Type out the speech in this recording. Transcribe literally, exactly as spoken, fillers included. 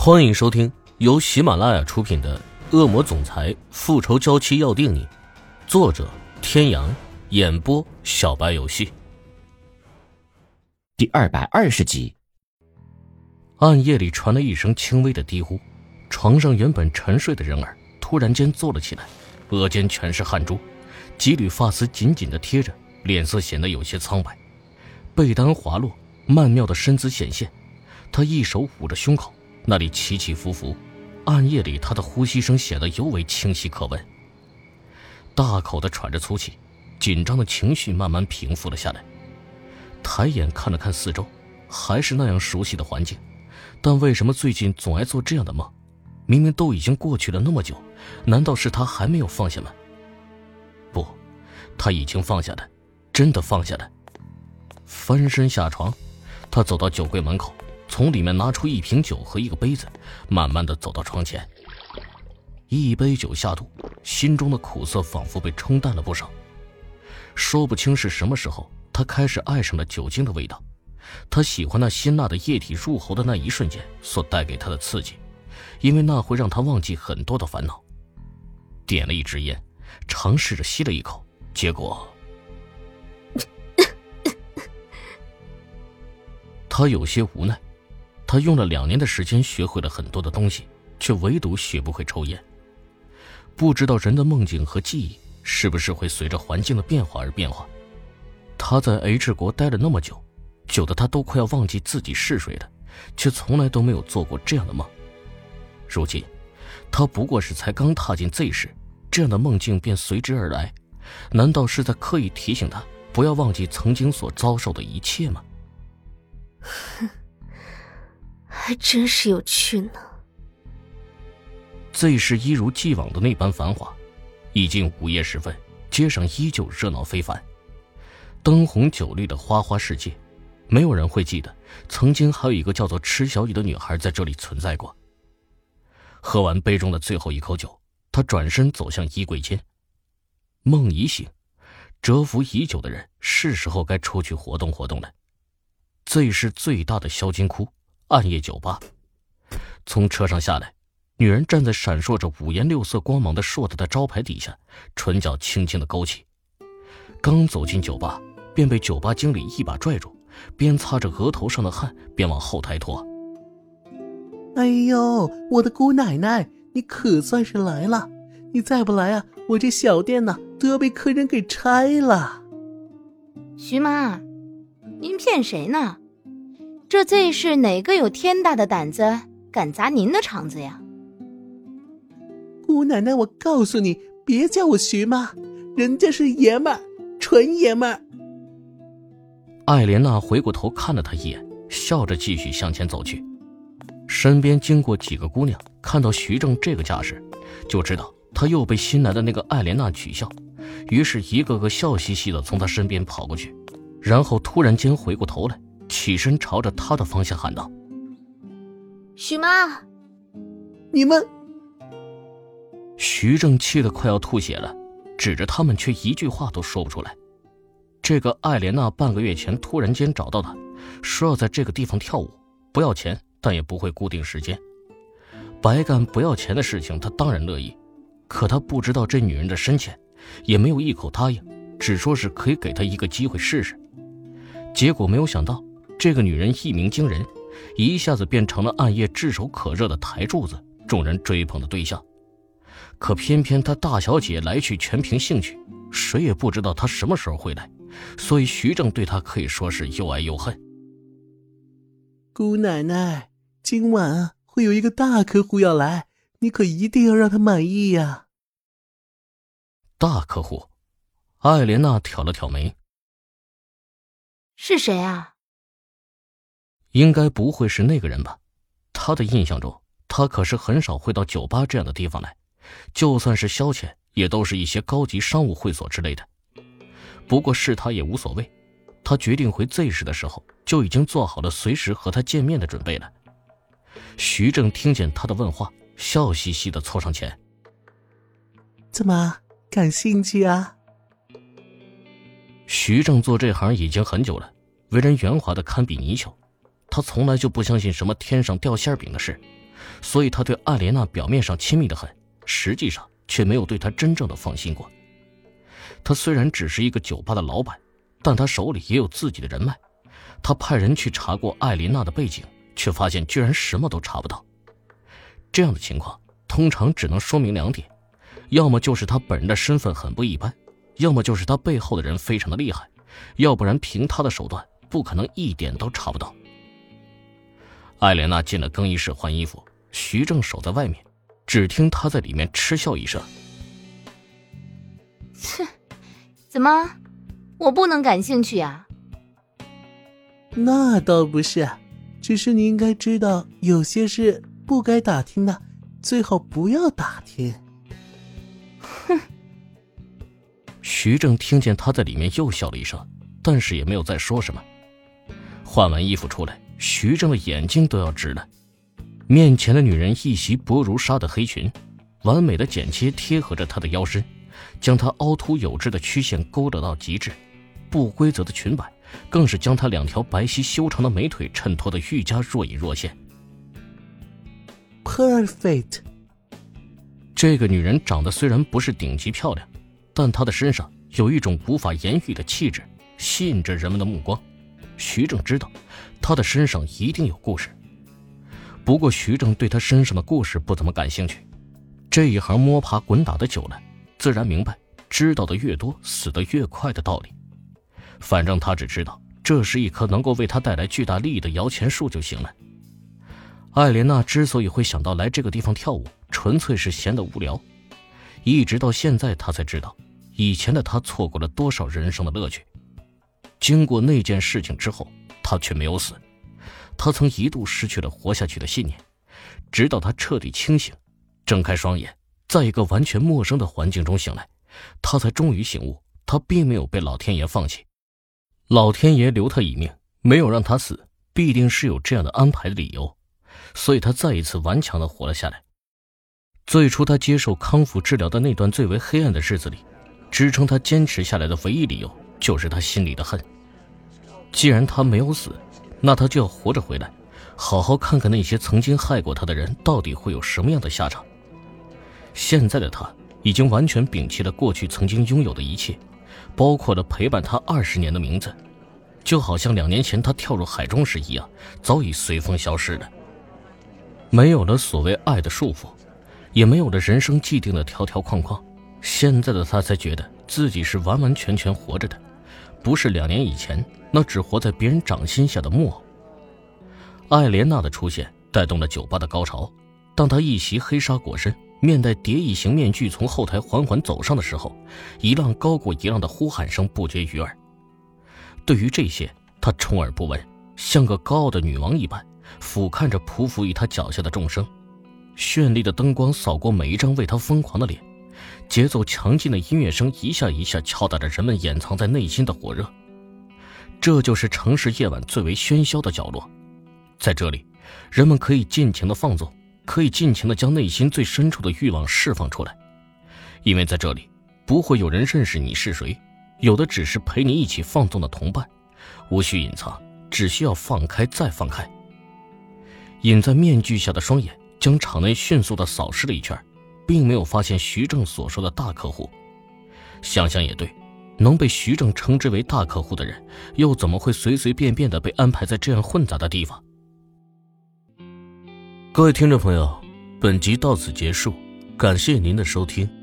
欢迎收听由喜马拉雅出品的《恶魔总裁复仇娇妻要定你》，作者天阳，演播小白游戏。 第二百二十集。 暗夜里传来一声轻微的低呼，床上原本沉睡的人儿突然间坐了起来，额间全是汗珠，几缕发丝紧紧地贴着，脸色显得有些苍白，被单滑落，曼妙的身姿显现。他一手捂着胸口，那里起起伏伏，暗夜里他的呼吸声显得尤为清晰可闻。大口地喘着粗气，紧张的情绪慢慢平复了下来。抬眼看了看四周，还是那样熟悉的环境，但为什么最近总爱做这样的梦？明明都已经过去了那么久，难道是他还没有放下吗？不，他已经放下了，真的放下了。翻身下床，他走到酒柜门口，从里面拿出一瓶酒和一个杯子，慢慢地走到窗前。一杯酒下肚，心中的苦涩仿佛被冲淡了不少。说不清是什么时候，他开始爱上了酒精的味道。他喜欢那辛辣的液体入喉的那一瞬间所带给他的刺激，因为那会让他忘记很多的烦恼。点了一支烟，尝试着吸了一口，结果他有些无奈。他用了两年的时间学会了很多的东西，却唯独学不会抽烟。不知道人的梦境和记忆是不是会随着环境的变化而变化。他在 H 国待了那么久，久得他都快要忘记自己是谁了，却从来都没有做过这样的梦。如今他不过是才刚踏进 Z 市，这样的梦境便随之而来。难道是在刻意提醒他不要忘记曾经所遭受的一切吗？ 哼，还真是有趣呢。 Z 市一如既往的那般繁华，已近午夜时分，街上依旧热闹非凡，灯红酒绿的花花世界。没有人会记得曾经还有一个叫做池小雨的女孩在这里存在过。喝完杯中的最后一口酒，他转身走向衣柜间。梦已醒，蛰伏已久的人是时候该出去活动活动了。Z 市最大的销金窟暗夜酒吧。从车上下来，女人站在闪烁着五颜六色光芒的硕大的招牌底下，唇角轻轻地勾起。刚走进酒吧，便被酒吧经理一把拽住，边擦着额头上的汗边往后台拖。 哎呦，我的姑奶奶，你可算是来了！你再不来啊，我这小店呢都要被客人给拆了。 徐妈，您骗谁呢？这 Z 市哪个有天大的胆子敢砸您的场子呀？ 姑奶奶，我告诉你，别叫我徐妈，人家是爷们儿，纯爷们儿。 艾莲娜回过头看了他一眼，笑着继续向前走去。身边经过几个姑娘，看到徐正这个架势，就知道他又被新来的那个艾莲娜取笑，于是一个个笑嘻嘻地从他身边跑过去，然后突然间回过头来，起身朝着他的方向喊道： 徐妈！ 你们！ 徐正气得快要吐血了，指着他们却一句话都说不出来。这个艾莲娜半个月前突然间找到他，说要在这个地方跳舞，不要钱，但也不会固定时间。白干不要钱的事情他当然乐意，可他不知道这女人的深浅，也没有一口答应，只说是可以给他一个机会试试。结果没有想到，这个女人一鸣惊人，一下子变成了暗夜炙手可热的台柱子，众人追捧的对象。可偏偏她大小姐来去全凭兴趣，谁也不知道她什么时候会来，所以徐正对她可以说是又爱又恨。 姑奶奶，今晚啊会有一个大客户要来，你可一定要让他满意呀。 大客户？艾莲娜挑了挑眉。 是谁啊？ 应该不会是那个人吧？他的印象中，他可是很少会到酒吧这样的地方来，就算是消遣，也都是一些高级商务会所之类的。不过是他也无所谓，他决定回 Z 市的时候，就已经做好了随时和他见面的准备了。徐正听见他的问话，笑嘻嘻地凑上前。 怎么，感兴趣啊？ 徐正做这行已经很久了，为人圆滑的堪比泥鳅。他从来就不相信什么天上掉馅饼的事， 所以他对艾莲娜表面上亲密得很，实际上却没有对她真正的放心过。他虽然只是一个酒吧的老板，但他手里也有自己的人脉。他派人去查过艾琳娜的背景，却发现居然什么都查不到。这样的情况通常只能说明两点，要么就是他本人的身份很不一般，要么就是他背后的人非常的厉害，要不然凭他的手段不可能一点都查不到。艾莲娜进了更衣室换衣服，徐正守在外面，只听他在里面嗤笑一声： 切，怎么我不能感兴趣啊？ 那倒不是，只是你应该知道，有些事不该打听的最好不要打听。 哼。 徐正听见他在里面又笑了一声，但是也没有再说什么。换完衣服出来，徐正的眼睛都要直了。面前的女人一袭薄如纱的黑裙，完美的剪切贴合着她的腰身，将她凹凸有致的曲线勾勒到极致。不规则的裙摆更是将她两条白皙修长的美腿衬托得愈加若隐若现。 Perfect。 这个女人长得虽然不是顶级漂亮，但她的身上有一种无法言喻的气质，吸引着人们的目光。徐正知道她的身上一定有故事，不过徐正对她身上的故事不怎么感兴趣。这一行摸爬滚打的久了，自然明白知道的越多死得越快的道理。反正他只知道这是一棵能够为他带来巨大利益的摇钱树就行了。艾莲娜之所以会想到来这个地方跳舞，纯粹是闲得无聊。一直到现在他才知道，以前的他错过了多少人生的乐趣。经过那件事情之后，他却没有死。他曾一度失去了活下去的信念，直到他彻底清醒，睁开双眼，在一个完全陌生的环境中醒来，他才终于醒悟，他并没有被老天爷放弃。老天爷留他一命，没有让他死，必定是有这样的安排的理由，所以他再一次顽强地活了下来。最初他接受康复治疗的那段最为黑暗的日子里，支撑他坚持下来的唯一理由就是他心里的恨。既然他没有死，那他就要活着回来，好好看看那些曾经害过他的人到底会有什么样的下场。现在的他已经完全摒弃了过去曾经拥有的一切，包括了陪伴他二十年的名字，就好像两年前他跳入海中时一样，早已随风消失了。没有了所谓爱的束缚，也没有了人生既定的条条框框，现在的他才觉得自己是完完全全活着的，不是两年以前那只活在别人掌心下的木偶。艾莲娜的出现带动了酒吧的高潮，当她一袭黑纱裹身，面带蝶翼形面具从后台缓缓走上的时候，一浪高过一浪的呼喊声不绝于耳。对于这些，她充耳不闻，像个高傲的女王一般，俯瞰着匍匐于她脚下的众生。绚丽的灯光扫过每一张为她疯狂的脸，节奏强劲的音乐声一下一下敲打着人们掩藏在内心的火热。这就是城市夜晚最为喧嚣的角落，在这里，人们可以尽情的放纵，可以尽情地将内心最深处的欲望释放出来，因为在这里不会有人认识你是谁，有的只是陪你一起放纵的同伴，无需隐藏，只需要放开再放开。隐在面具下的双眼将场内迅速地扫视了一圈，并没有发现徐正所说的大客户。想想也对，能被徐正称之为大客户的人，又怎么会随随便便地被安排在这样混杂的地方？各位听众朋友，本集到此结束，感谢您的收听。